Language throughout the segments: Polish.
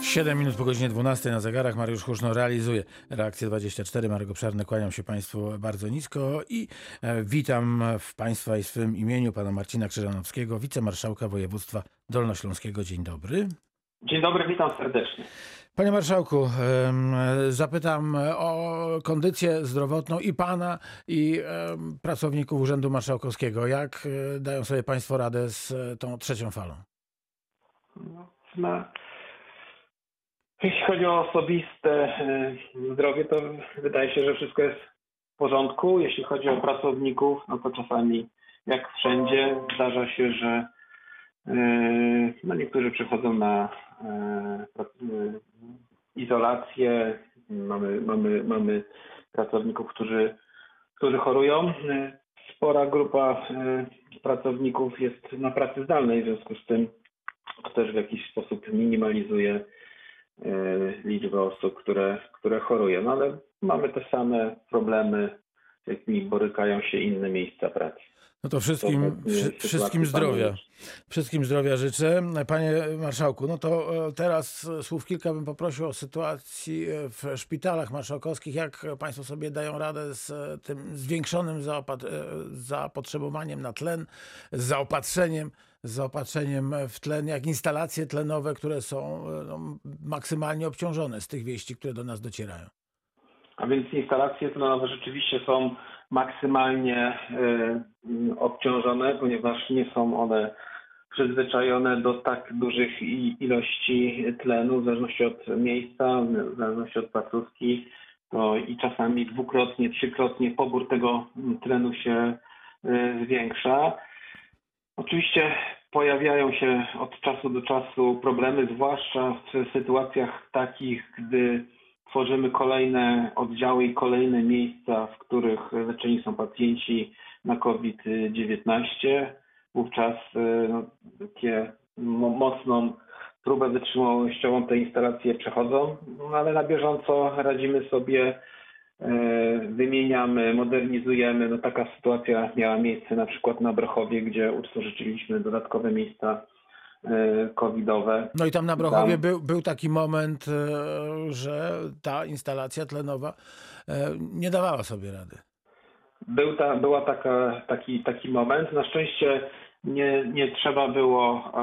7 minut po godzinie 12 na zegarach. Mariusz Huszno realizuje Reakcję 24. Marek Obszarny, kłaniam się Państwu bardzo nisko i witam w Państwa i swym imieniu pana Marcina Krzyżanowskiego, wicemarszałka województwa dolnośląskiego. Dzień dobry. Dzień dobry, witam serdecznie. Panie marszałku, zapytam o kondycję zdrowotną i pana, i pracowników Urzędu Marszałkowskiego. Jak dają sobie Państwo radę z tą trzecią falą? Jeśli chodzi o osobiste zdrowie, to wydaje się, że wszystko jest w porządku. Jeśli chodzi o pracowników, no to czasami, jak wszędzie, zdarza się, że niektórzy przychodzą na izolację. Mamy pracowników, którzy chorują. Spora grupa pracowników jest na pracy zdalnej, w związku z tym to też w jakiś sposób minimalizuje liczbę osób, które chorują. No ale mamy te same problemy, z jakimi borykają się inne miejsca pracy. No to wszystkim zdrowia. Wszystkim zdrowia życzę. Panie marszałku, no to teraz słów kilka bym poprosił o sytuacji w szpitalach marszałkowskich. Jak Państwo sobie dają radę z tym zwiększonym zapotrzebowaniem na tlen, z zaopatrzeniem w tlen, jak instalacje tlenowe, które są maksymalnie obciążone z tych wieści, które do nas docierają? A więc instalacje tlenowe rzeczywiście są maksymalnie obciążone, ponieważ nie są one przyzwyczajone do tak dużych ilości tlenu, w zależności od miejsca, w zależności od placówki. To i czasami dwukrotnie, trzykrotnie pobór tego tlenu się zwiększa. Oczywiście pojawiają się od czasu do czasu problemy, zwłaszcza w sytuacjach takich, gdy tworzymy kolejne oddziały i kolejne miejsca, w których leczeni są pacjenci na COVID-19. Wówczas takie mocną próbę wytrzymałościową te instalacje przechodzą, ale na bieżąco radzimy sobie, wymieniamy, modernizujemy. Taka sytuacja miała miejsce na przykład na Brochowie, gdzie utworzyliśmy dodatkowe miejsca covidowe. No i tam na Brochowie był taki moment, że ta instalacja tlenowa nie dawała sobie rady. Była taki moment. Na szczęście nie trzeba było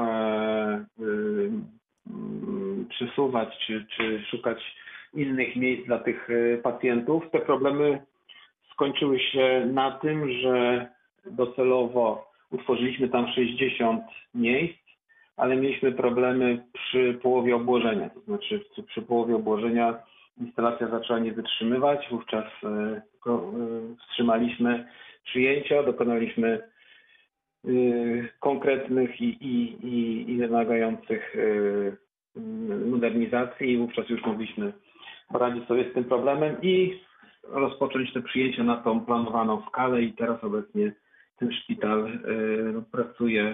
przesuwać czy szukać innych miejsc dla tych pacjentów. Te problemy skończyły się na tym, że docelowo utworzyliśmy tam 60 miejsc, ale mieliśmy problemy przy połowie obłożenia. To znaczy przy połowie obłożenia instalacja zaczęła nie wytrzymywać. Wówczas wstrzymaliśmy przyjęcia, dokonaliśmy konkretnych i wymagających modernizacji i wówczas już mogliśmy poradzić sobie z tym problemem i rozpocząć te przyjęcia na tą planowaną skalę i teraz obecnie ten szpital pracuje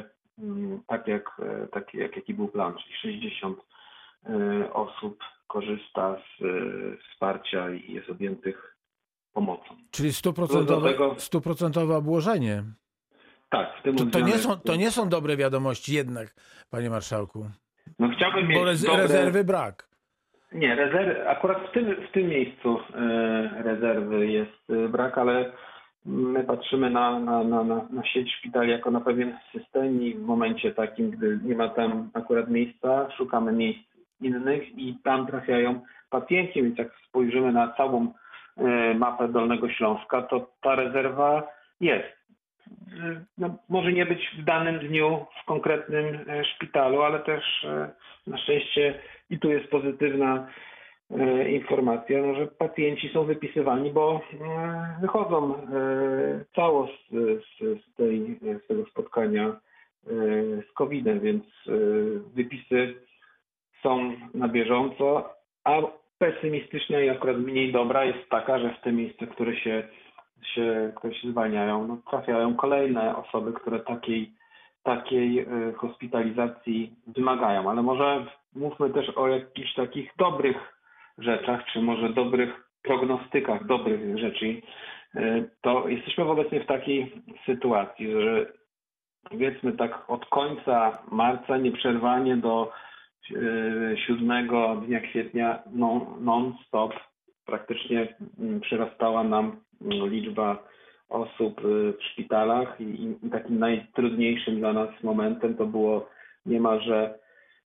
jaki był plan, czyli 60 osób korzysta z wsparcia i jest objętych pomocą. Czyli 100% obłożenie. Tak, w tym to nie są dobre wiadomości jednak, panie marszałku. No chciałbym mieć rezerwy brak. Nie, akurat w tym miejscu rezerwy jest brak, ale my patrzymy na sieć szpitali jako na pewien system i w momencie takim, gdy nie ma tam akurat miejsca, szukamy miejsc innych i tam trafiają pacjenci, więc jak spojrzymy na całą mapę Dolnego Śląska, to ta rezerwa jest. Może nie być w danym dniu w konkretnym szpitalu, ale też na szczęście i tu jest pozytywna informacja, że pacjenci są wypisywani, bo wychodzą cało z tego spotkania z COVID-em, więc wypisy są na bieżąco, a pesymistyczna i akurat mniej dobra jest taka, że w te miejsca, które się zwalniają, trafiają kolejne osoby, które takiej hospitalizacji wymagają. Ale może mówmy też o jakichś takich dobrych rzeczach, czy może dobrych prognostykach dobrych rzeczy. To jesteśmy obecnie w takiej sytuacji, że powiedzmy tak od końca marca nieprzerwanie do 7 dnia kwietnia non-stop praktycznie przyrastała nam liczba osób w szpitalach i takim najtrudniejszym dla nas momentem to było niemalże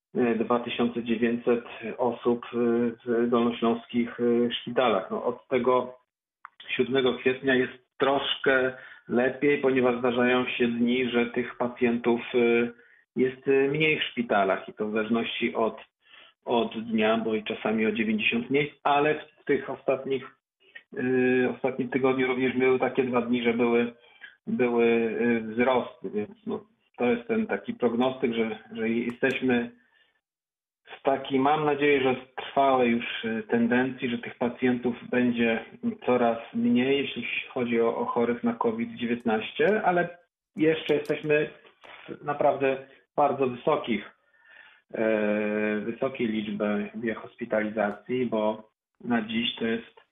2900 osób w dolnośląskich szpitalach. No, od tego 7 kwietnia jest troszkę lepiej, ponieważ zdarzają się dni, że tych pacjentów jest mniej w szpitalach i to w zależności od dnia, bo i czasami o 90 miejsc, ale w tych ostatnim tygodniu również były takie 2 dni, że były wzrosty, więc no, to jest ten taki prognostyk, że jesteśmy w takiej, mam nadzieję, że trwałej już tendencji, że tych pacjentów będzie coraz mniej, jeśli chodzi o chorych na COVID-19, ale jeszcze jesteśmy w naprawdę bardzo wysokiej liczbie hospitalizacji, bo na dziś to jest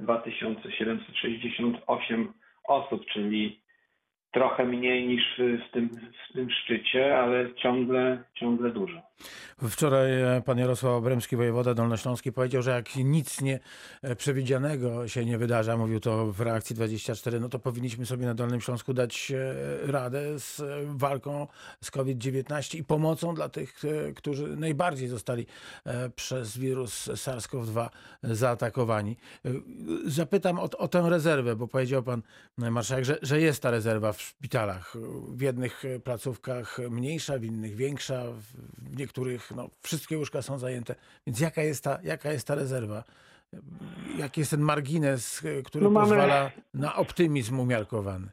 2768 osób, czyli trochę mniej niż w tym szczycie, ale ciągle dużo. Wczoraj pan Jarosław Obremski, wojewoda dolnośląski, powiedział, że jak nic przewidzianego się nie wydarza, mówił to w Reakcji 24, no to powinniśmy sobie na Dolnym Śląsku dać radę z walką z COVID-19 i pomocą dla tych, którzy najbardziej zostali przez wirus SARS-CoV-2 zaatakowani. Zapytam o tę rezerwę, bo powiedział pan marszałek, że jest ta rezerwa w szpitalach. W jednych placówkach mniejsza, w innych większa, w niektórych wszystkie łóżka są zajęte. Więc jaka jest ta rezerwa? Jaki jest ten margines, który pozwala na optymizm umiarkowany?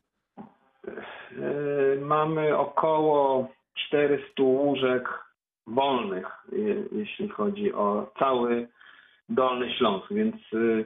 Mamy około 400 łóżek wolnych, jeśli chodzi o cały Dolny Śląsk, więc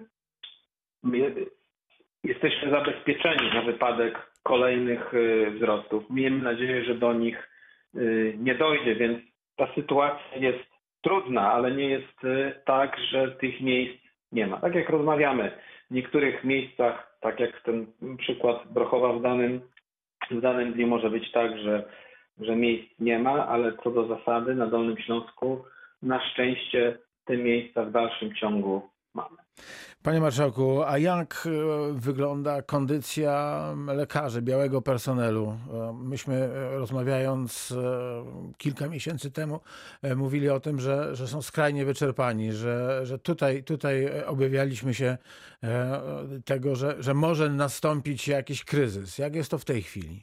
jesteśmy zabezpieczeni na wypadek kolejnych wzrostów. Miejmy nadzieję, że do nich nie dojdzie, więc ta sytuacja jest trudna, ale nie jest tak, że tych miejsc nie ma. Tak jak rozmawiamy, w niektórych miejscach, tak jak ten przykład Brochowa w danym dniu może być tak, że miejsc nie ma, ale co do zasady na Dolnym Śląsku na szczęście te miejsca w dalszym ciągu mamy. Panie marszałku, a jak wygląda kondycja lekarzy, białego personelu? Myśmy rozmawiając kilka miesięcy temu mówili o tym, że są skrajnie wyczerpani, że tutaj obawialiśmy się tego, że może nastąpić jakiś kryzys. Jak jest to w tej chwili?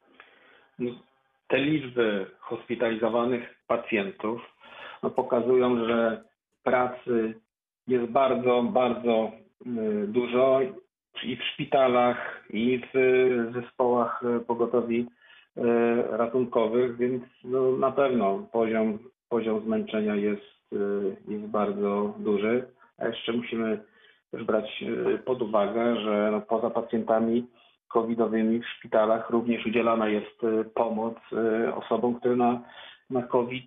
Te liczby hospitalizowanych pacjentów pokazują, że pracy jest bardzo, bardzo dużo i w szpitalach, i w zespołach pogotowi ratunkowych, więc na pewno poziom zmęczenia jest bardzo duży. A jeszcze musimy też brać pod uwagę, że poza pacjentami covidowymi w szpitalach również udzielana jest pomoc osobom, które na COVID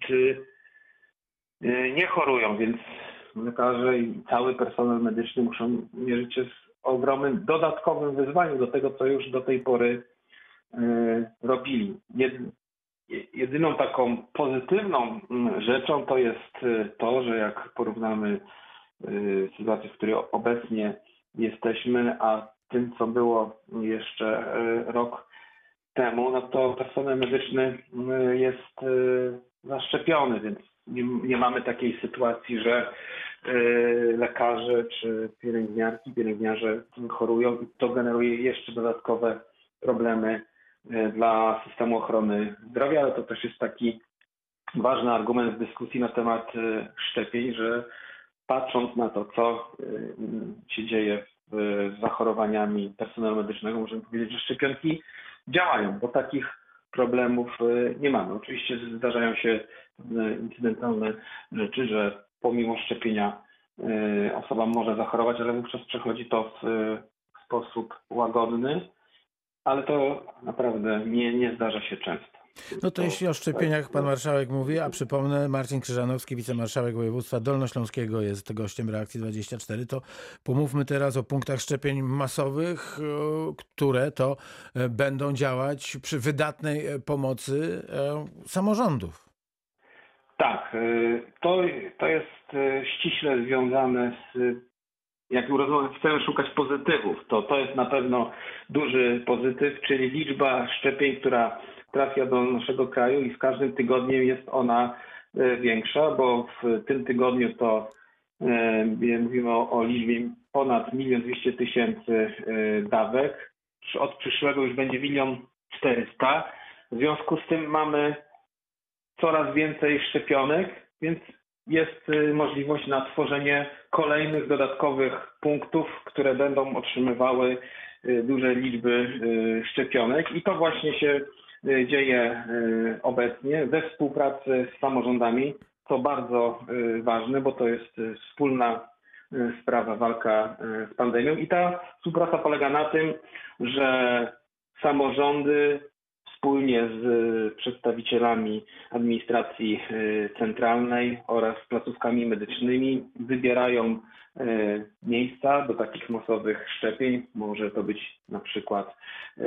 nie chorują, więc lekarze i cały personel medyczny muszą mierzyć się z ogromnym dodatkowym wyzwaniem do tego, co już do tej pory robili. Jedyną taką pozytywną rzeczą to jest to, że jak porównamy sytuację, w której obecnie jesteśmy, a tym, co było jeszcze rok temu, no to personel medyczny jest zaszczepiony, więc nie mamy takiej sytuacji, że lekarze czy pielęgniarze chorują i to generuje jeszcze dodatkowe problemy dla systemu ochrony zdrowia, ale to też jest taki ważny argument w dyskusji na temat szczepień, że patrząc na to, co się dzieje z zachorowaniami personelu medycznego, możemy powiedzieć, że szczepionki działają, bo takich problemów nie mamy. Oczywiście zdarzają się incydentalne rzeczy, że pomimo szczepienia osoba może zachorować, ale wówczas przechodzi to w sposób łagodny, ale to naprawdę nie zdarza się często. No to jeśli o szczepieniach pan marszałek mówi, a przypomnę, Marcin Krzyżanowski, wicemarszałek województwa dolnośląskiego jest gościem Reakcji 24, to pomówmy teraz o punktach szczepień masowych, które to będą działać przy wydatnej pomocy samorządów. Tak, to jest ściśle związane z, jak chcemy szukać pozytywów, to jest na pewno duży pozytyw, czyli liczba szczepień, która trafia do naszego kraju i z każdym tygodniem jest ona większa, bo w tym tygodniu to mówimy o liczbie ponad 1 200 000 dawek. Od przyszłego już będzie 1 400 000. W związku z tym mamy coraz więcej szczepionek, więc jest możliwość na tworzenie kolejnych dodatkowych punktów, które będą otrzymywały duże liczby szczepionek i to właśnie się dzieje obecnie we współpracy z samorządami, co bardzo ważne, bo to jest wspólna sprawa, walka z pandemią i ta współpraca polega na tym, że samorządy wspólnie z przedstawicielami administracji centralnej oraz placówkami medycznymi wybierają miejsca do takich masowych szczepień. Może to być na przykład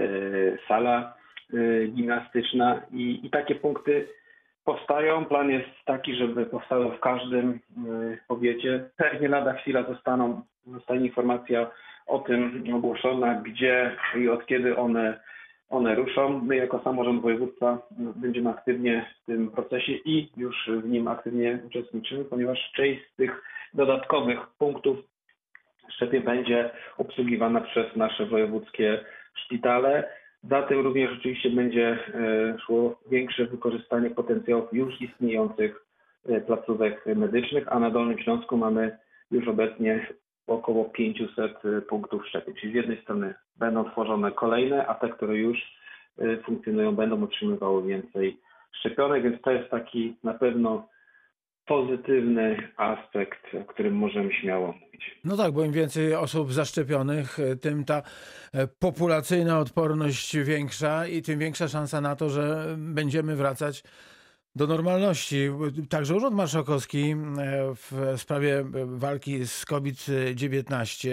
sala gimnastyczna i takie punkty powstają. Plan jest taki, żeby powstało w każdym powiecie. Pewnie lada chwila zostanie informacja o tym ogłoszona, gdzie i od kiedy one ruszą. My jako samorząd województwa będziemy aktywnie w tym procesie i już w nim aktywnie uczestniczymy, ponieważ część z tych dodatkowych punktów szczepień będzie obsługiwana przez nasze wojewódzkie szpitale. Za tym również oczywiście będzie szło większe wykorzystanie potencjałów już istniejących placówek medycznych, a na Dolnym Śląsku mamy już obecnie około 500 punktów szczepień. Czyli z jednej strony będą tworzone kolejne, a te, które już funkcjonują, będą otrzymywały więcej szczepionek, więc to jest taki na pewno pozytywny aspekt, o którym możemy śmiało mówić. No tak, bo im więcej osób zaszczepionych, tym ta populacyjna odporność większa i tym większa szansa na to, że będziemy wracać do normalności. Także Urząd Marszałkowski w sprawie walki z COVID-19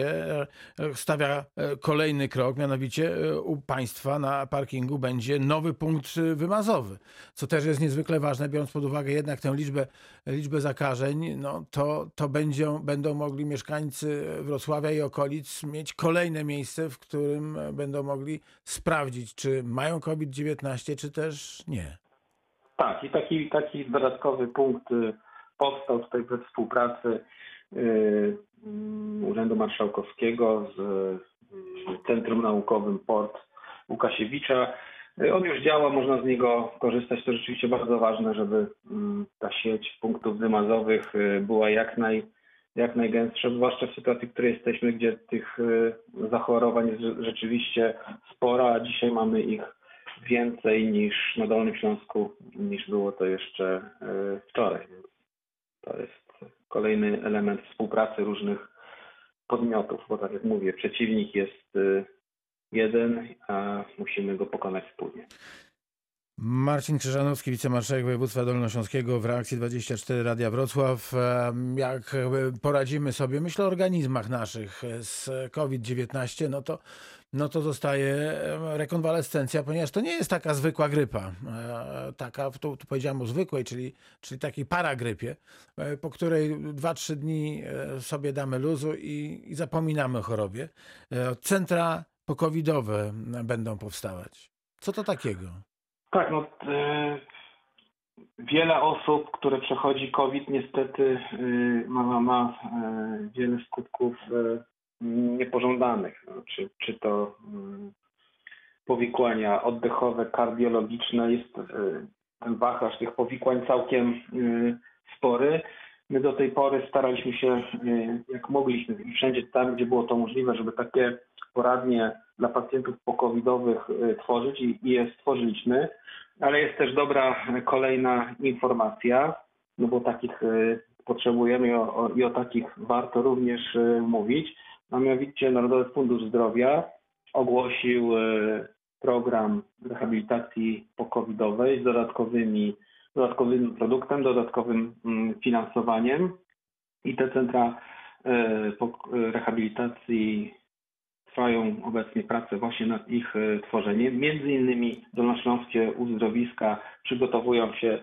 stawia kolejny krok, mianowicie u państwa na parkingu będzie nowy punkt wymazowy, co też jest niezwykle ważne, biorąc pod uwagę jednak tę liczbę zakażeń, no to będą mogli mieszkańcy Wrocławia i okolic mieć kolejne miejsce, w którym będą mogli sprawdzić, czy mają COVID-19, czy też nie. Tak, i taki dodatkowy punkt powstał tutaj we współpracy Urzędu Marszałkowskiego z Centrum Naukowym Port Łukasiewicza. On już działa, można z niego korzystać. To rzeczywiście bardzo ważne, żeby ta sieć punktów wymazowych była jak najgęstsza, zwłaszcza w sytuacji, w której jesteśmy, gdzie tych zachorowań jest rzeczywiście sporo, a dzisiaj mamy ich więcej niż na Dolnym Śląsku, niż było to jeszcze wczoraj. Więc to jest kolejny element współpracy różnych podmiotów, bo tak jak mówię, przeciwnik jest jeden, a musimy go pokonać wspólnie. Marcin Krzyżanowski, wicemarszałek województwa dolnośląskiego w Reakcji 24 Radia Wrocław. Jak poradzimy sobie, myślę o organizmach naszych z COVID-19, no to zostaje rekonwalescencja, ponieważ to nie jest taka zwykła grypa, taka, tu powiedziałem o zwykłej, czyli takiej paragrypie, po której 2-3 dni sobie damy luzu i zapominamy o chorobie. Centra pokowidowe będą powstawać. Co to takiego? Tak, wiele osób, które przechodzi COVID, niestety ma wiele skutków niepożądanych. Czy to powikłania oddechowe, kardiologiczne, jest ten wachlarz tych powikłań całkiem spory. My do tej pory staraliśmy się, jak mogliśmy, i wszędzie tam, gdzie było to możliwe, żeby takie poradnie dla pacjentów pokowidowych tworzyć i je stworzyliśmy, ale jest też dobra kolejna informacja, no bo takich potrzebujemy i o takich warto również mówić, a mianowicie Narodowy Fundusz Zdrowia ogłosił program rehabilitacji pokowidowej z dodatkowym produktem, dodatkowym finansowaniem i te centra rehabilitacji trwają obecnie prace właśnie nad ich tworzeniem. Między innymi dolnośląskie uzdrowiska przygotowują się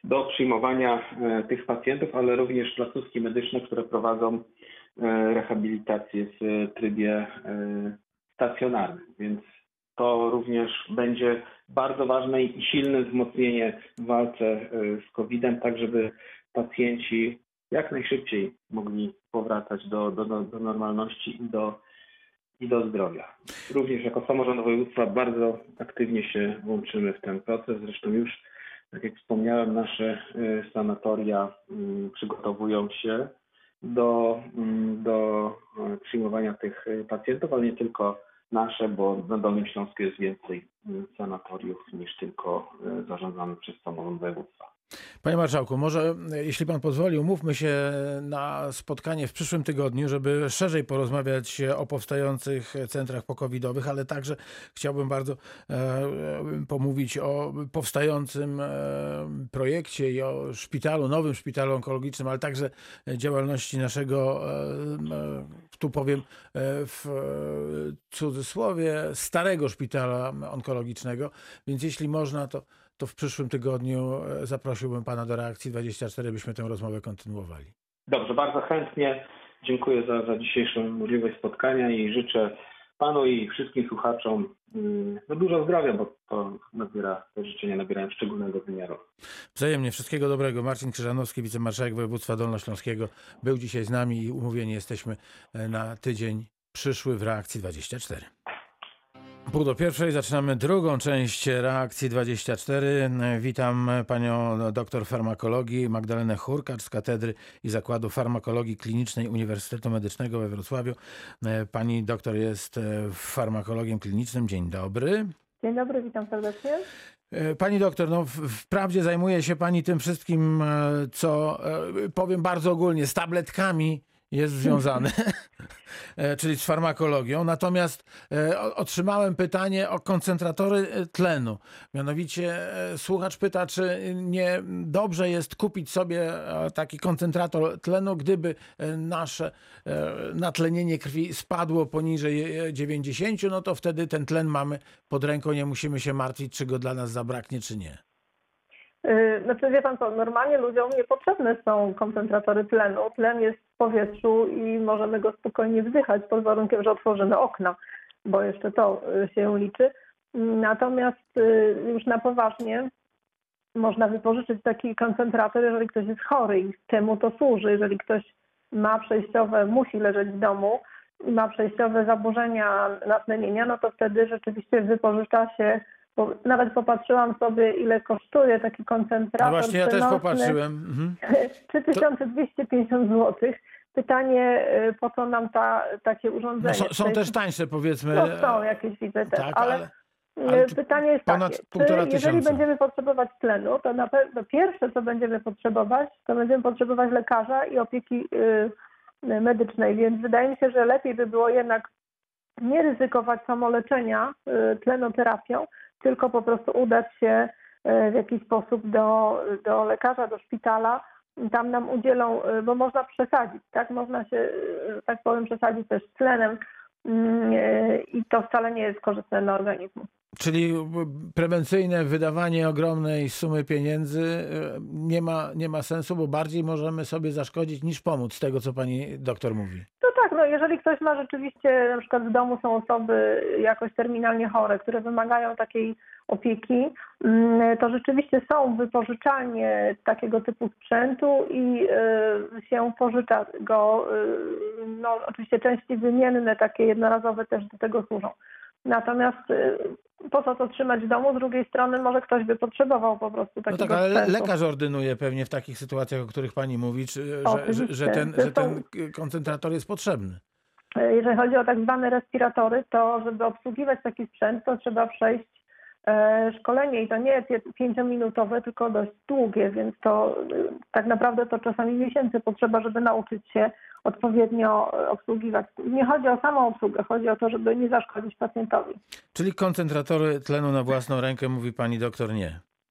do przyjmowania tych pacjentów, ale również placówki medyczne, które prowadzą rehabilitację w trybie stacjonarnym. Więc to również będzie bardzo ważne i silne wzmocnienie w walce z COVID-em, tak żeby pacjenci jak najszybciej mogli powracać do normalności i do zdrowia. Również jako samorząd województwa bardzo aktywnie się włączymy w ten proces. Zresztą już, tak jak wspomniałem, nasze sanatoria przygotowują się do przyjmowania tych pacjentów, ale nie tylko nasze, bo na Dolnym Śląsku jest więcej sanatoriów niż tylko zarządzane przez samorząd województwa. Panie marszałku, może jeśli pan pozwoli, umówmy się na spotkanie w przyszłym tygodniu, żeby szerzej porozmawiać o powstających centrach pokowidowych, ale także chciałbym bardzo pomówić o powstającym projekcie i o szpitalu, nowym szpitalu onkologicznym, ale także działalności naszego, tu powiem w cudzysłowie, starego szpitala onkologicznego. Więc jeśli można, to w przyszłym tygodniu zaprosiłbym pana do Reakcji 24, byśmy tę rozmowę kontynuowali. Dobrze, bardzo chętnie. Dziękuję za dzisiejszą możliwość spotkania i życzę panu i wszystkim słuchaczom dużo zdrowia, bo te życzenia nabierają szczególnego wymiaru. Wzajemnie, wszystkiego dobrego. Marcin Krzyżanowski, wicemarszałek województwa dolnośląskiego, był dzisiaj z nami i umówieni jesteśmy na tydzień przyszły w Reakcji 24. 12:30 zaczynamy drugą część Reakcji 24. Witam panią doktor farmakologii Magdalenę Hurkacz z Katedry i Zakładu Farmakologii Klinicznej Uniwersytetu Medycznego we Wrocławiu. Pani doktor jest farmakologiem klinicznym. Dzień dobry. Dzień dobry, witam serdecznie. Pani doktor, no wprawdzie zajmuje się pani tym wszystkim, co powiem bardzo ogólnie, z tabletkami jest związane, czyli z farmakologią. Natomiast otrzymałem pytanie o koncentratory tlenu. Mianowicie słuchacz pyta, czy nie dobrze jest kupić sobie taki koncentrator tlenu, gdyby nasze natlenienie krwi spadło poniżej 90, no to wtedy ten tlen mamy pod ręką, nie musimy się martwić, czy go dla nas zabraknie, czy nie. Znaczy, wie pan co, normalnie ludziom niepotrzebne są koncentratory tlenu. Tlen jest w powietrzu i możemy go spokojnie wdychać pod warunkiem, że otworzymy okna, bo jeszcze to się liczy. Natomiast już na poważnie można wypożyczyć taki koncentrator, jeżeli ktoś jest chory i czemu to służy. Jeżeli ktoś ma przejściowe, musi leżeć w domu i ma przejściowe zaburzenia natlenienia, no to wtedy rzeczywiście wypożycza się. Bo nawet popatrzyłam sobie, ile kosztuje taki koncentrator. No właśnie, ja też popatrzyłem. 3250 zł. Pytanie, po co nam takie urządzenie? No są też tańsze, powiedzmy. No są jakieś, widzę też, tak, ale pytanie jest ponad takie, czy jeżeli 1500. będziemy potrzebować tlenu, to na pewno pierwsze, co będziemy potrzebować, to będziemy potrzebować lekarza i opieki medycznej, więc wydaje mi się, że lepiej by było jednak nie ryzykować samoleczenia tlenoterapią, tylko po prostu udać się w jakiś sposób do lekarza, do szpitala. Tam nam udzielą, bo można przesadzić, tak? Można się, tak powiem, przesadzić też z tlenem i to wcale nie jest korzystne dla organizmu. Czyli prewencyjne wydawanie ogromnej sumy pieniędzy nie ma sensu, bo bardziej możemy sobie zaszkodzić niż pomóc, z tego co pani doktor mówi. No tak, no jeżeli ktoś ma rzeczywiście, na przykład w domu są osoby jakoś terminalnie chore, które wymagają takiej opieki, to rzeczywiście są wypożyczalnie takiego typu sprzętu i się pożycza go, no oczywiście części wymienne, takie jednorazowe też do tego służą. Natomiast po co to trzymać w domu? Z drugiej strony może ktoś by potrzebował po prostu takiego No tak, ale sprzętu. lekarz ordynuje pewnie w takich sytuacjach, o których pani mówi, że ten koncentrator jest potrzebny. Jeżeli chodzi o tak zwane respiratory, to żeby obsługiwać taki sprzęt, to trzeba przejść szkolenie i to nie 5-minutowe, tylko dość długie, więc to tak naprawdę to czasami miesięcy potrzeba, żeby nauczyć się odpowiednio obsługiwać. Nie chodzi o samą obsługę, chodzi o to, żeby nie zaszkodzić pacjentowi. Czyli koncentratory tlenu na własną rękę, mówi pani doktor, nie?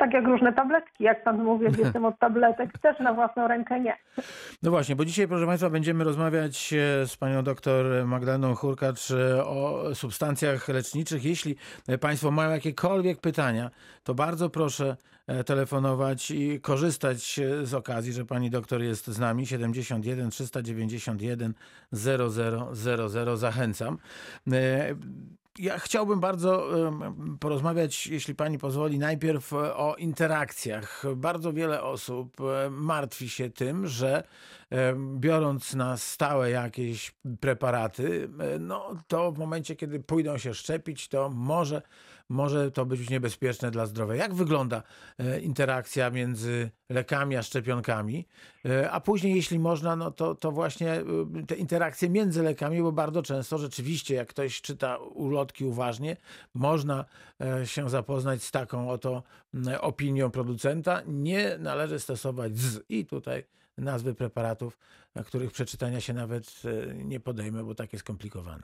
Tak jak różne tabletki, jak pan mówi, jestem od tabletek, też na własną rękę nie. No właśnie, bo dzisiaj, proszę Państwa, będziemy rozmawiać z panią doktor Magdaleną Hurkacz o substancjach leczniczych. Jeśli Państwo mają jakiekolwiek pytania, to bardzo proszę telefonować i korzystać z okazji, że pani doktor jest z nami. 71 391 0000. Zachęcam. Ja chciałbym bardzo porozmawiać, jeśli pani pozwoli, najpierw o interakcjach. Bardzo wiele osób martwi się tym, że biorąc na stałe jakieś preparaty, no to w momencie, kiedy pójdą się szczepić, to może to być niebezpieczne dla zdrowia. Jak wygląda interakcja między lekami a szczepionkami? A później, jeśli można, no to właśnie te interakcje między lekami, bo bardzo często rzeczywiście, jak ktoś czyta ulotki uważnie, można się zapoznać z taką oto opinią producenta. Nie należy stosować i tutaj nazwy preparatów, których przeczytania się nawet nie podejmę, bo takie skomplikowane.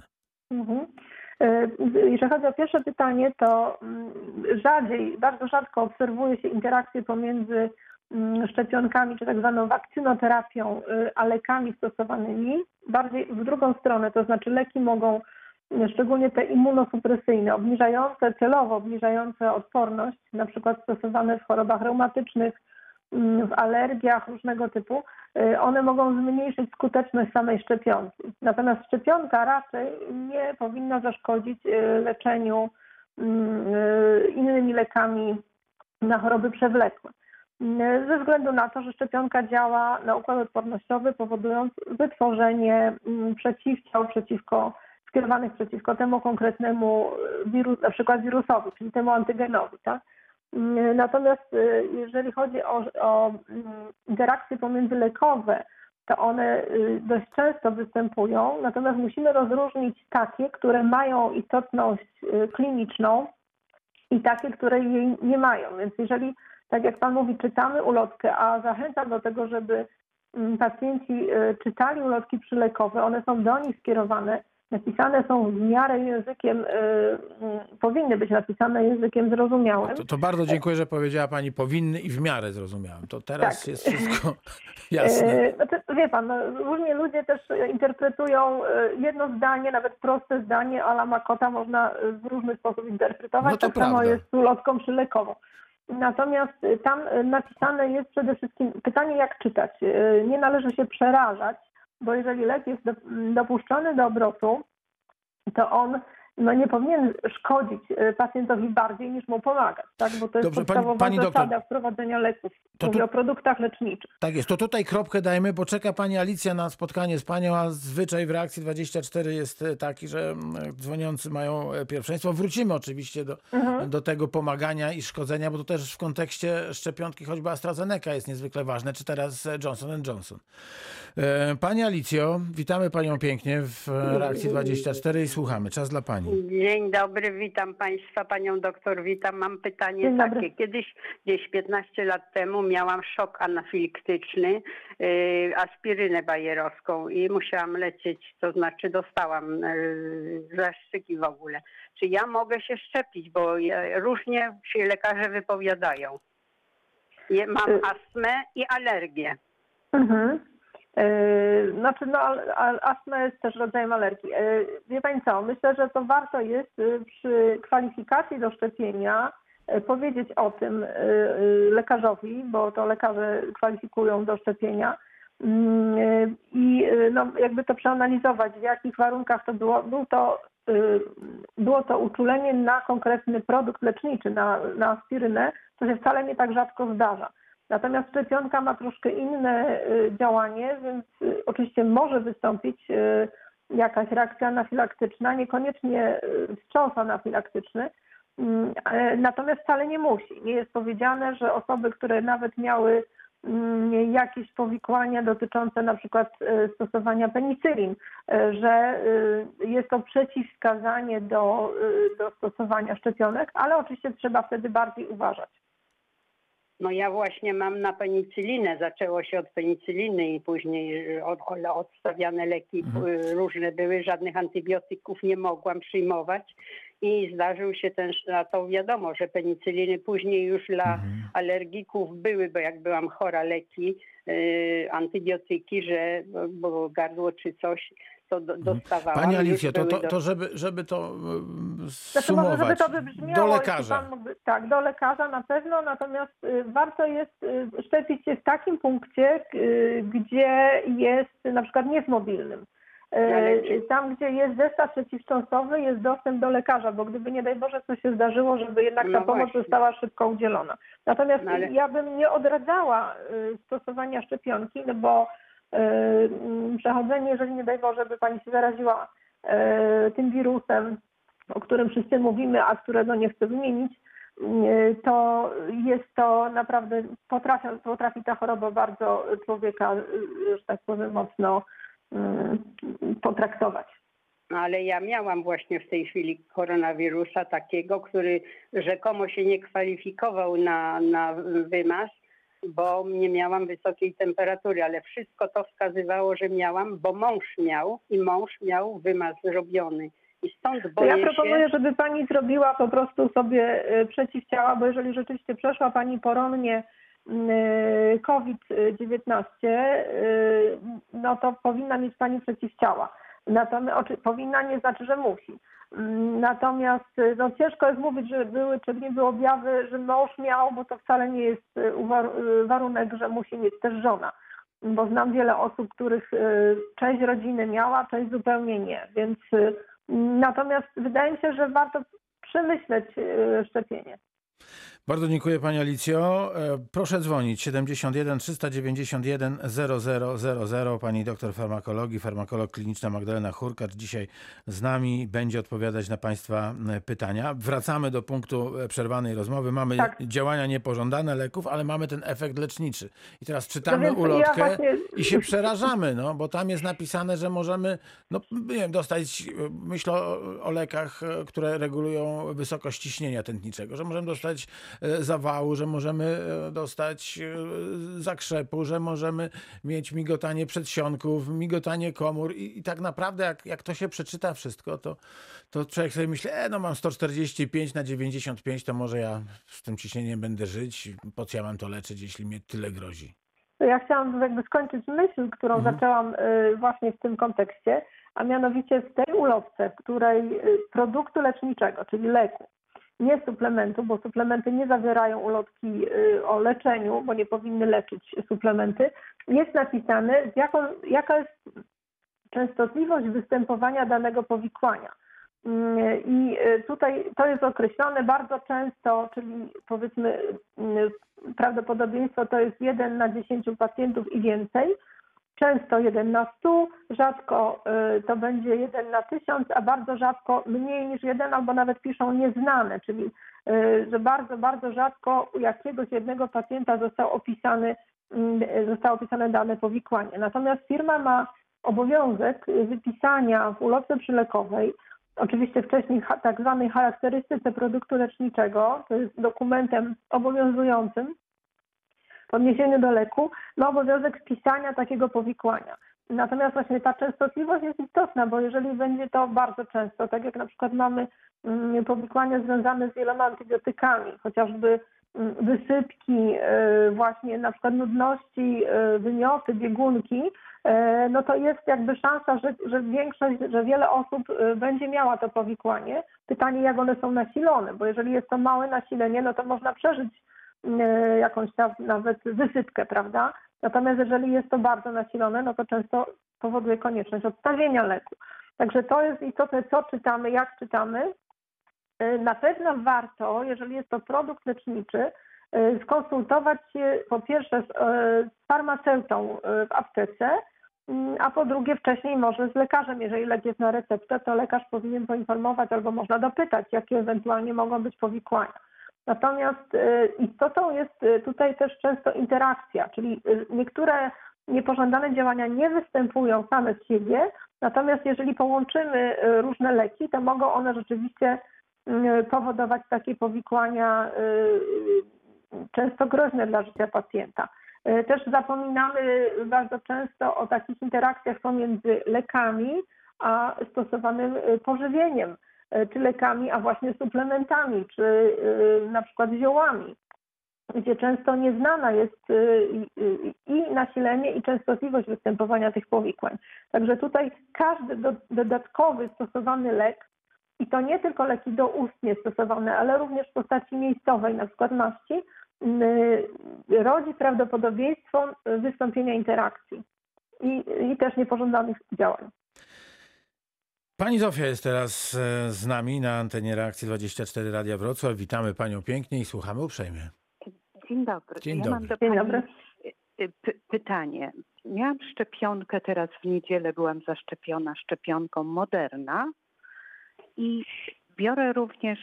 Jeżeli chodzi o pierwsze pytanie, to bardzo rzadko obserwuje się interakcje pomiędzy szczepionkami, czy tak zwaną wakcynoterapią, a lekami stosowanymi. Bardziej w drugą stronę, to znaczy leki mogą, szczególnie te immunosupresyjne, celowo obniżające odporność, na przykład stosowane w chorobach reumatycznych, w alergiach różnego typu, one mogą zmniejszyć skuteczność samej szczepionki. Natomiast szczepionka raczej nie powinna zaszkodzić leczeniu innymi lekami na choroby przewlekłe. Ze względu na to, że szczepionka działa na układ odpornościowy, powodując wytworzenie przeciwciał skierowanych przeciwko temu konkretnemu na przykład wirusowi, czyli temu antygenowi, tak? Natomiast jeżeli chodzi o interakcje pomiędzylekowe, to one dość często występują, natomiast musimy rozróżnić takie, które mają istotność kliniczną i takie, które jej nie mają. Więc jeżeli, tak jak pan mówi, czytamy ulotkę, a zachęcam do tego, żeby pacjenci czytali ulotki przylekowe, one są do nich skierowane, napisane są w miarę językiem, powinny być napisane językiem zrozumiałym. To bardzo dziękuję, że powiedziała pani powinny i w miarę zrozumiałym. To teraz tak jest wszystko jasne. Wie pan, różnie ludzie też interpretują jedno zdanie, nawet proste zdanie a la Makota można w różny sposób interpretować. No to tak prawda. samo jest z ulotką przylekową. Natomiast tam napisane jest przede wszystkim pytanie, jak czytać. Nie należy się przerażać, bo jeżeli lek jest dopuszczony do obrotu, to on nie powinien szkodzić pacjentowi bardziej niż mu pomagać, tak? Bo to jest podstawowa zasada wprowadzenia leków. Mówię o produktach leczniczych. Tak jest. To tutaj kropkę dajmy, bo czeka pani Alicja na spotkanie z panią, a zwyczaj w Reakcji 24 jest taki, że dzwoniący mają pierwszeństwo. Wrócimy oczywiście do tego pomagania i szkodzenia, bo to też w kontekście szczepionki choćby AstraZeneca jest niezwykle ważne, czy teraz Johnson & Johnson. Pani Alicjo, witamy panią pięknie w Reakcji 24 i słuchamy. Czas dla pani. Dzień dobry, witam państwa, panią doktor, witam. Mam pytanie takie. Kiedyś, gdzieś 15 lat temu miałam szok anafilaktyczny, aspirynę bajerowską i musiałam lecieć, to znaczy dostałam zastrzyki w ogóle. Czy ja mogę się szczepić, bo różnie się lekarze wypowiadają. Mam astmę i alergię. Astma jest też rodzajem alergii. Wie pani co, myślę, że to warto jest przy kwalifikacji do szczepienia powiedzieć o tym lekarzowi, bo to lekarze kwalifikują do szczepienia i jakby to przeanalizować, w jakich warunkach to było. Było to uczulenie na konkretny produkt leczniczy, na aspirynę, co się wcale nie tak rzadko zdarza. Natomiast szczepionka ma troszkę inne działanie, więc oczywiście może wystąpić jakaś reakcja anafilaktyczna, niekoniecznie wstrząs anafilaktyczny, natomiast wcale nie musi. Nie jest powiedziane, że osoby, które nawet miały jakieś powikłania dotyczące na przykład stosowania penicylin, że jest to przeciwwskazanie do stosowania szczepionek, ale oczywiście trzeba wtedy bardziej uważać. No ja właśnie mam na penicylinę, zaczęło się od penicyliny i później odstawiane leki różne były, żadnych antybiotyków nie mogłam przyjmować i zdarzył się ten to wiadomo, że penicyliny później już dla alergików były, bo jak byłam chora, leki, antybiotyki, że bo gardło czy coś, to dostawałam. Pani Alicjo, to żeby to Znaczy może, żeby sumować, to wybrzmiało, do lekarza. Pan mógłby, tak, do lekarza na pewno, natomiast warto jest szczepić się w takim punkcie, gdzie jest na przykład nie w mobilnym. Tam, gdzie jest zestaw przeciwwstrząsowy, jest dostęp do lekarza, bo gdyby nie daj Boże coś się zdarzyło, żeby jednak ta pomoc została szybko udzielona. Natomiast ja bym nie odradzała stosowania szczepionki, no bo przechodzenie, jeżeli nie daj Boże, by pani się zaraziła tym wirusem, o którym wszyscy mówimy, a którego nie chcę wymienić, to jest to naprawdę, potrafi ta choroba bardzo człowieka, że tak powiem, mocno potraktować. No ale ja miałam właśnie w tej chwili koronawirusa takiego, który rzekomo się nie kwalifikował na wymaz, bo nie miałam wysokiej temperatury, ale wszystko to wskazywało, że miałam, bo mąż miał wymaz zrobiony. I stąd boję ja proponuję, żeby pani zrobiła po prostu sobie przeciwciała, bo jeżeli rzeczywiście przeszła pani poronnie COVID-19, no to powinna mieć pani przeciwciała. Natomiast powinna nie znaczy, że musi. Natomiast no, ciężko jest mówić, że były czy nie były objawy, że mąż miał, bo to wcale nie jest warunek, że musi mieć też żona. Bo znam wiele osób, których część rodziny miała, część zupełnie nie. Więc natomiast wydaje mi się, że warto przemyśleć szczepienie. Bardzo dziękuję Pani Alicjo. Proszę dzwonić 71 391 0000. Pani doktor farmakologii, farmakolog kliniczna Magdalena Hurkacz dzisiaj z nami, będzie odpowiadać na Państwa pytania. Wracamy do punktu przerwanej rozmowy. Mamy działania niepożądane leków, ale mamy ten efekt leczniczy. I teraz czytamy ulotkę i się przerażamy, no, bo tam jest napisane, że możemy nie wiem, dostać, myślę o lekach, które regulują wysokość ciśnienia tętniczego, że możemy dostać zawału, że możemy dostać zakrzepu, że możemy mieć migotanie przedsionków, migotanie komór i tak naprawdę jak to się przeczyta wszystko, to człowiek sobie myśli, no mam 145/95, to może ja z tym ciśnieniem będę żyć, po co ja mam to leczyć, jeśli mnie tyle grozi. Ja chciałam jakby skończyć myśl, którą zaczęłam właśnie w tym kontekście, a mianowicie w tej ulotce, w której produktu leczniczego, czyli leku, nie suplementu, bo suplementy nie zawierają ulotki o leczeniu, bo nie powinny leczyć suplementy, jest napisane, jaka jest częstotliwość występowania danego powikłania. I tutaj to jest określone bardzo często, czyli powiedzmy prawdopodobieństwo to jest 1 na 10 pacjentów i więcej. Często 1 na 100, rzadko to będzie 1 na 1000, a bardzo rzadko mniej niż 1, albo nawet piszą nieznane, czyli że bardzo, bardzo rzadko u jakiegoś jednego pacjenta zostało opisane dane powikłanie. Natomiast firma ma obowiązek wypisania w ulotce przylekowej, oczywiście wcześniej tak zwanej charakterystyce produktu leczniczego, to jest dokumentem obowiązującym, w odniesieniu do leku, ma obowiązek wpisania takiego powikłania. Natomiast właśnie ta częstotliwość jest istotna, bo jeżeli będzie to bardzo często, tak jak na przykład mamy powikłania związane z wieloma antybiotykami, chociażby wysypki, właśnie na przykład nudności, wymioty, biegunki, no to jest jakby szansa, że wiele osób będzie miała to powikłanie. Pytanie, jak one są nasilone, bo jeżeli jest to małe nasilenie, no to można przeżyć jakąś nawet wysypkę, prawda? Natomiast jeżeli jest to bardzo nasilone, no to często powoduje konieczność odstawienia leku. Także to jest istotne, co czytamy, jak czytamy. Na pewno warto, jeżeli jest to produkt leczniczy, skonsultować się po pierwsze z farmaceutą w aptece, a po drugie wcześniej może z lekarzem. Jeżeli lek jest na receptę, to lekarz powinien poinformować albo można dopytać, jakie ewentualnie mogą być powikłania. Natomiast istotą jest tutaj też często interakcja, czyli niektóre niepożądane działania nie występują same z siebie, natomiast jeżeli połączymy różne leki, to mogą one rzeczywiście powodować takie powikłania często groźne dla życia pacjenta. Też zapominamy bardzo często o takich interakcjach pomiędzy lekami a stosowanym pożywieniem. czy lekami, a właśnie suplementami, czy na przykład ziołami, gdzie często nieznana jest i nasilenie, i częstotliwość występowania tych powikłań. Także tutaj każdy dodatkowy stosowany lek, i to nie tylko leki doustnie stosowane, ale również w postaci miejscowej, na przykład maści, rodzi prawdopodobieństwo wystąpienia interakcji i też niepożądanych działań. Pani Zofia jest teraz z nami na antenie Reakcji 24 Radia Wrocław. Witamy Panią pięknie i słuchamy uprzejmie. Dzień dobry. Dzień ja dobry. mam do Dzień Pani dobry. pytanie. Miałam szczepionkę, teraz w niedzielę byłam zaszczepiona szczepionką Moderna i biorę również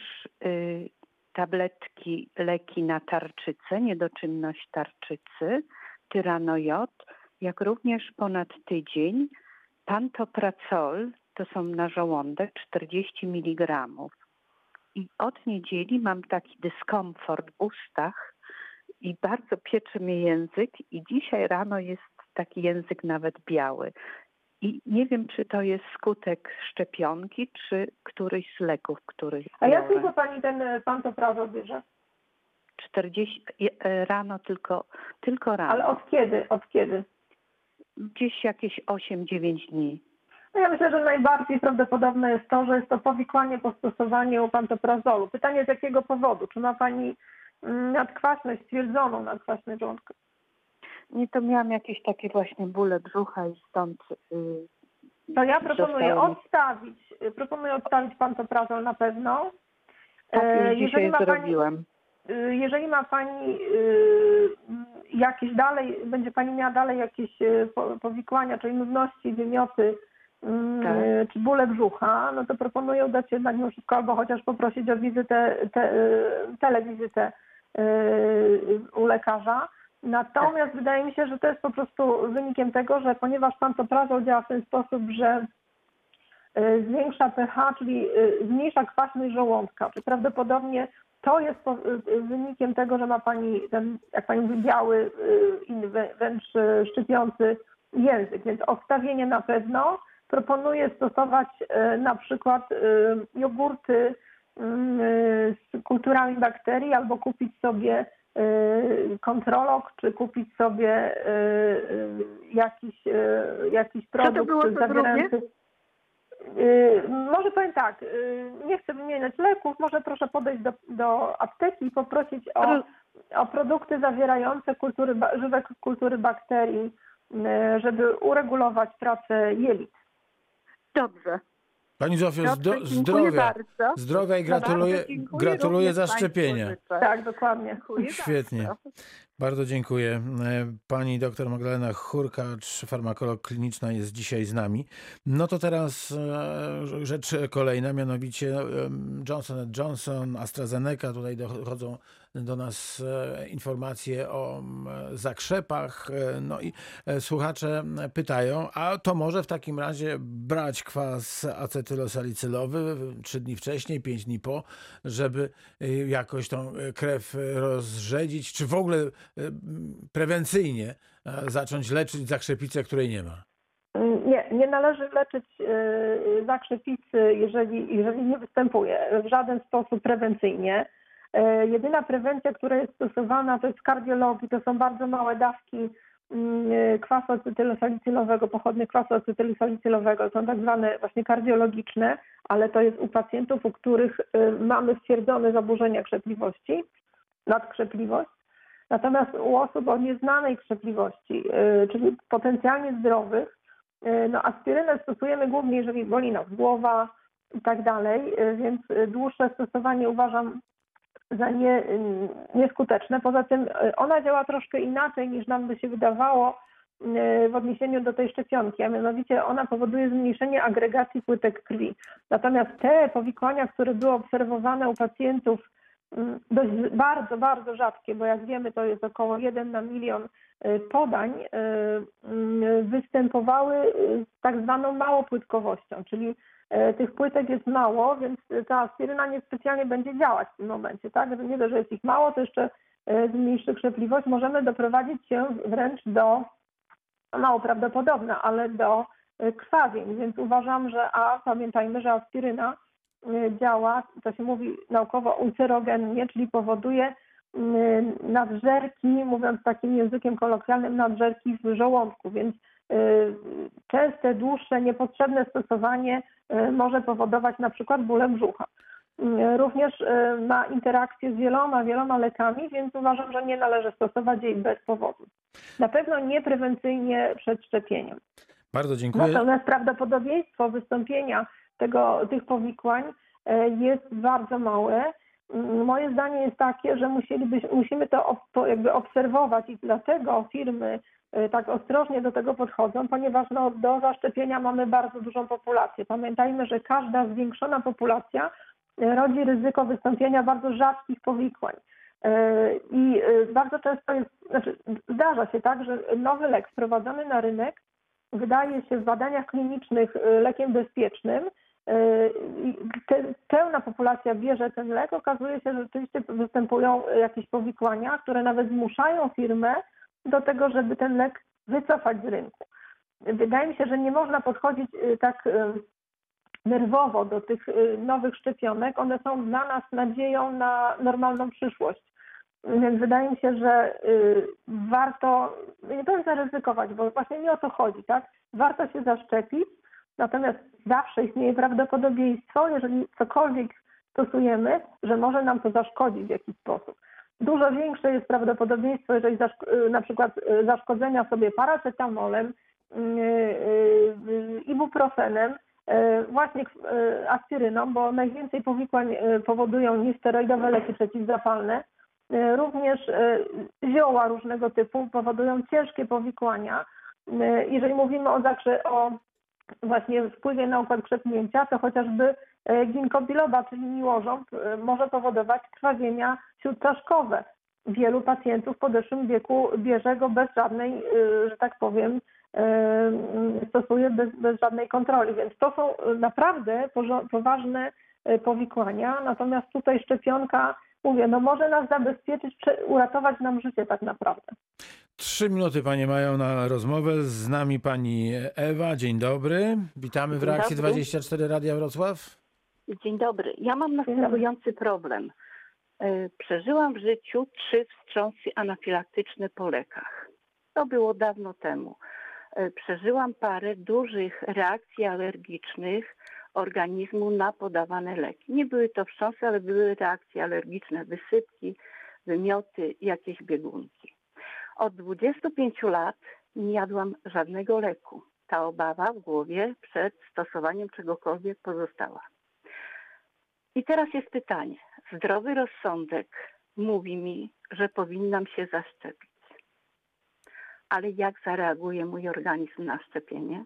tabletki, leki na tarczycę, niedoczynność tarczycy, tyranojod, jak również ponad tydzień pantoprazol, to są na żołądek 40 mg. I od niedzieli mam taki dyskomfort w ustach i bardzo pieczy mnie język i dzisiaj rano jest taki język nawet biały. I nie wiem, czy to jest skutek szczepionki, czy któryś z leków, których A jak biorę. długo Pani ten pantoprazol bierze? 40 rano tylko rano. Ale od kiedy? Od kiedy? Gdzieś jakieś 8-9 dni. No ja myślę, że najbardziej prawdopodobne jest to, że jest to powikłanie po stosowaniu pantoprazolu. Pytanie z jakiego powodu? Czy ma Pani nadkwaśność, stwierdzoną nadkwaśność żołądka? Nie, to miałam jakieś takie właśnie bóle brzucha i stąd... To ja proponuję zostało mi- odstawić pantoprazol na pewno. Tak, już Jeżeli dzisiaj ma zrobiłam. Jeżeli ma Pani jakieś dalej, będzie Pani miała dalej jakieś powikłania, czyli nudności, wymioty, Tak. czy bóle brzucha, no to proponuję udać się na nią szybko albo chociaż poprosić o wizytę, telewizytę u lekarza. Natomiast wydaje mi się, że to jest po prostu wynikiem tego, że ponieważ pantoprazol działa w ten sposób, że zwiększa pH, czyli zmniejsza kwaśność żołądka, czy prawdopodobnie to jest wynikiem tego, że ma Pani ten, jak Pani mówi, biały, wręcz szczypiący język. Więc odstawienie na pewno. Proponuję stosować na przykład jogurty z kulturami bakterii albo kupić sobie kontrolog, czy kupić sobie jakiś produkt było to zawierający... Może powiem tak, nie chcę wymieniać leków, może proszę podejść do apteki i poprosić o produkty zawierające żywe kultury bakterii, żeby uregulować pracę jelit. Dobrze. Pani Zofio, Dobrze, dziękuję zdrowia. bardzo. Zdrowia i Dziękuję gratuluję również zaszczepienia. państwu życzę. Tak, dokładnie. Dziękuję Świetnie. bardzo. Bardzo dziękuję. Pani dr Magdalena Hurkacz, farmakolog kliniczna, jest dzisiaj z nami. No to teraz rzecz kolejna, mianowicie Johnson & Johnson, AstraZeneca. Tutaj dochodzą do nas informacje o zakrzepach. No i słuchacze pytają, a to może w takim razie brać kwas acetylosalicylowy 3 dni wcześniej, 5 dni po, żeby jakoś tą krew rozrzedzić, czy w ogóle prewencyjnie zacząć leczyć zakrzepicę, której nie ma? Nie należy leczyć zakrzepicy, jeżeli nie występuje w żaden sposób prewencyjnie. Jedyna prewencja, która jest stosowana, to jest w kardiologii, to są bardzo małe dawki kwasu acetylosalicylowego, pochodnych kwasu acetylosalicylowego, są tak zwane właśnie kardiologiczne, ale to jest u pacjentów, u których mamy stwierdzone zaburzenia krzepliwości, nadkrzepliwość. Natomiast u osób o nieznanej krzepliwości, czyli potencjalnie zdrowych, no aspirynę stosujemy głównie, jeżeli boli nas głowa i tak dalej, więc dłuższe stosowanie uważam za nieskuteczne. Poza tym ona działa troszkę inaczej niż nam by się wydawało w odniesieniu do tej szczepionki, a mianowicie ona powoduje zmniejszenie agregacji płytek krwi. Natomiast te powikłania, które były obserwowane u pacjentów, dość bardzo, bardzo rzadkie, bo jak wiemy to jest około 1 na 1 000 000 podań, występowały z tak zwaną małopłytkowością, czyli tych płytek jest mało, więc ta aspiryna niespecjalnie będzie działać w tym momencie, tak? Nie dość, że jest ich mało, to jeszcze zmniejszy krzepliwość. Możemy doprowadzić się wręcz do, mało prawdopodobne, ale do krwawień, więc uważam, że pamiętajmy, że aspiryna działa, to się mówi naukowo ulcerogennie, czyli powoduje nadżerki, mówiąc takim językiem kolokwialnym, nadżerki w żołądku, więc częste, dłuższe, niepotrzebne stosowanie może powodować na przykład bóle brzucha. Również ma interakcję z wieloma lekami, więc uważam, że nie należy stosować jej bez powodu. Na pewno nie prewencyjnie przed szczepieniem. Bardzo dziękuję. Natomiast prawdopodobieństwo wystąpienia tych powikłań jest bardzo małe. Moje zdanie jest takie, że musimy to jakby obserwować i dlatego firmy tak ostrożnie do tego podchodzą, ponieważ do zaszczepienia mamy bardzo dużą populację. Pamiętajmy, że każda zwiększona populacja rodzi ryzyko wystąpienia bardzo rzadkich powikłań. I bardzo często zdarza się tak, że nowy lek wprowadzony na rynek wydaje się w badaniach klinicznych lekiem bezpiecznym. Pełna populacja bierze ten lek, okazuje się, że rzeczywiście występują jakieś powikłania, które nawet zmuszają firmę do tego, żeby ten lek wycofać z rynku. Wydaje mi się, że nie można podchodzić tak nerwowo do tych nowych szczepionek. One są dla nas nadzieją na normalną przyszłość. Więc wydaje mi się, że warto, nie powiem zaryzykować, bo właśnie nie o to chodzi, tak? Warto się zaszczepić, natomiast zawsze istnieje prawdopodobieństwo, jeżeli cokolwiek stosujemy, że może nam to zaszkodzić w jakiś sposób. Dużo większe jest prawdopodobieństwo, jeżeli na przykład zaszkodzenia sobie paracetamolem, ibuprofenem, właśnie aspiryną, bo najwięcej powikłań powodują niesteroidowe leki przeciwzapalne. Również zioła różnego typu powodują ciężkie powikłania. Jeżeli mówimy o właśnie wpływie na układ krzepnięcia, to chociażby ginkgo biloba, czyli miłożąb, może powodować krwawienia śródczaszkowe. Wielu pacjentów w podeszłym wieku bierze go bez żadnej, że tak powiem, stosuje bez żadnej kontroli, więc to są naprawdę poważne powikłania, natomiast tutaj szczepionka, mówię, może nas zabezpieczyć, uratować nam życie tak naprawdę. 3 minuty panie mają na rozmowę. Z nami pani Ewa. Dzień dobry. Witamy w Reakcji 24 Radia Wrocław. Dzień dobry. Ja mam następujący problem. Przeżyłam w życiu 3 wstrząsy anafilaktyczne po lekach. To było dawno temu. Przeżyłam parę dużych reakcji alergicznych organizmu na podawane leki. Nie były to wstrząsy, ale były reakcje alergiczne, wysypki, wymioty, jakieś biegunki. Od 25 lat nie jadłam żadnego leku. Ta obawa w głowie przed stosowaniem czegokolwiek pozostała. I teraz jest pytanie. Zdrowy rozsądek mówi mi, że powinnam się zaszczepić. Ale jak zareaguje mój organizm na szczepienie?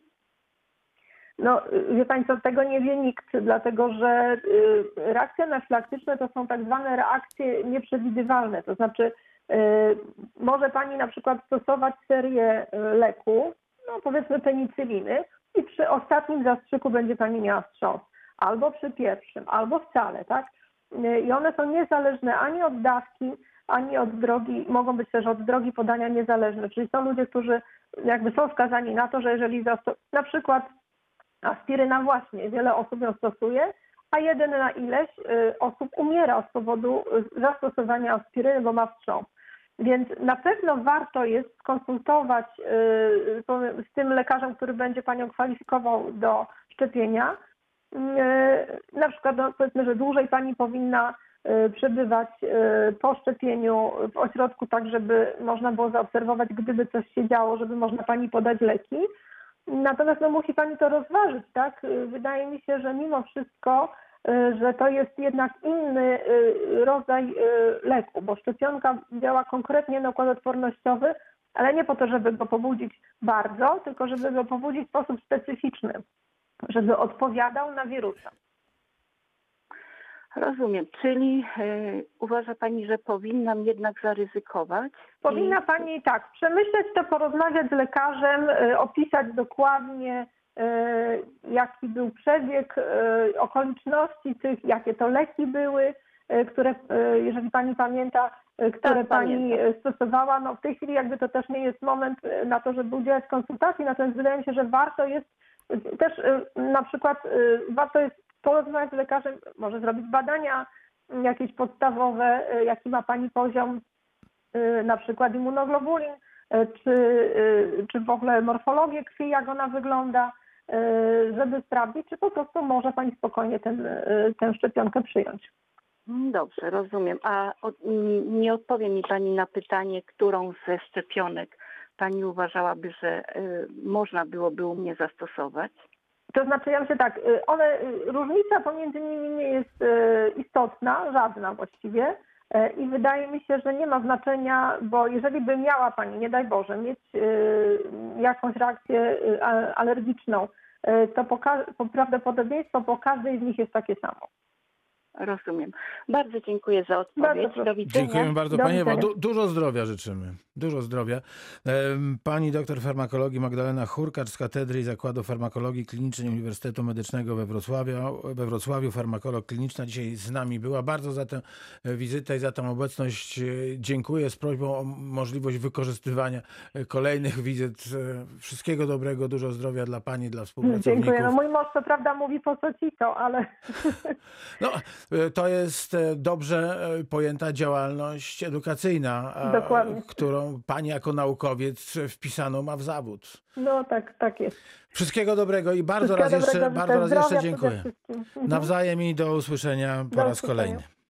Wie Państwo, tego nie wie nikt, dlatego że reakcje anafilaktyczne to są tak zwane reakcje nieprzewidywalne. To znaczy może Pani na przykład stosować serię leku, powiedzmy penicyliny, i przy ostatnim zastrzyku będzie Pani miała wstrząs. Albo przy pierwszym, albo wcale, tak? I one są niezależne ani od dawki, ani od drogi, mogą być też od drogi podania niezależne. Czyli są ludzie, którzy jakby są skazani na to, że jeżeli na przykład aspiryna właśnie, wiele osób ją stosuje, a 1 na ileś osób umiera z powodu zastosowania aspiryny, bo ma wstrząs. Więc na pewno warto jest skonsultować z tym lekarzem, który będzie Panią kwalifikował do szczepienia. Na przykład powiedzmy, że dłużej Pani powinna przebywać po szczepieniu w ośrodku, tak żeby można było zaobserwować, gdyby coś się działo, żeby można Pani podać leki. Natomiast musi Pani to rozważyć, tak? Wydaje mi się, że mimo wszystko, że to jest jednak inny rodzaj leku, bo szczepionka działa konkretnie na układ odpornościowy, ale nie po to, żeby go pobudzić bardzo, tylko żeby go pobudzić w sposób specyficzny, żeby odpowiadał na wirusa. Rozumiem, czyli uważa Pani, że powinnam jednak zaryzykować? Powinna Pani tak, przemyśleć to, porozmawiać z lekarzem, opisać dokładnie, jaki był przebieg okoliczności tych, jakie to leki były, które, jeżeli Pani pamięta, które Pani stosowała. W tej chwili jakby to też nie jest moment na to, żeby udzielać konsultacji, natomiast wydaje mi się, że warto jest też na przykład, warto jest porozmawiać z lekarzem, może zrobić badania jakieś podstawowe, jaki ma Pani poziom, na przykład immunoglobulin, czy w ogóle morfologię krwi, jak ona wygląda, żeby sprawdzić, czy po prostu może Pani spokojnie tę szczepionkę przyjąć. Dobrze, rozumiem. A nie odpowie mi Pani na pytanie, którą ze szczepionek Pani uważałaby, że można byłoby u mnie zastosować? To znaczy, ja myślę tak, różnica pomiędzy nimi nie jest istotna, żadna właściwie. I wydaje mi się, że nie ma znaczenia, bo jeżeli by miała Pani, nie daj Boże, mieć jakąś reakcję alergiczną, to prawdopodobieństwo po każdej z nich jest takie samo. Rozumiem. Bardzo dziękuję za odpowiedź. Do widzenia. Dziękujemy bardzo Pani Ewo. Dużo zdrowia życzymy. Dużo zdrowia. Pani doktor farmakologii Magdalena Hurkacz z Katedry i Zakładu Farmakologii Klinicznej Uniwersytetu Medycznego we Wrocławiu, farmakolog kliniczna, dzisiaj z nami była. Bardzo za tę wizytę i za tę obecność dziękuję, z prośbą o możliwość wykorzystywania kolejnych wizyt. Wszystkiego dobrego, dużo zdrowia dla Pani, dla współpracowników. Dziękuję. No mój mąż co prawda mówi, po co ci to, ale... No, to jest dobrze pojęta działalność edukacyjna, którą Pani jako naukowiec wpisaną ma w zawód. No tak jest. Wszystkiego dobrego i bardzo raz jeszcze dziękuję. Nawzajem i do usłyszenia po raz kolejny.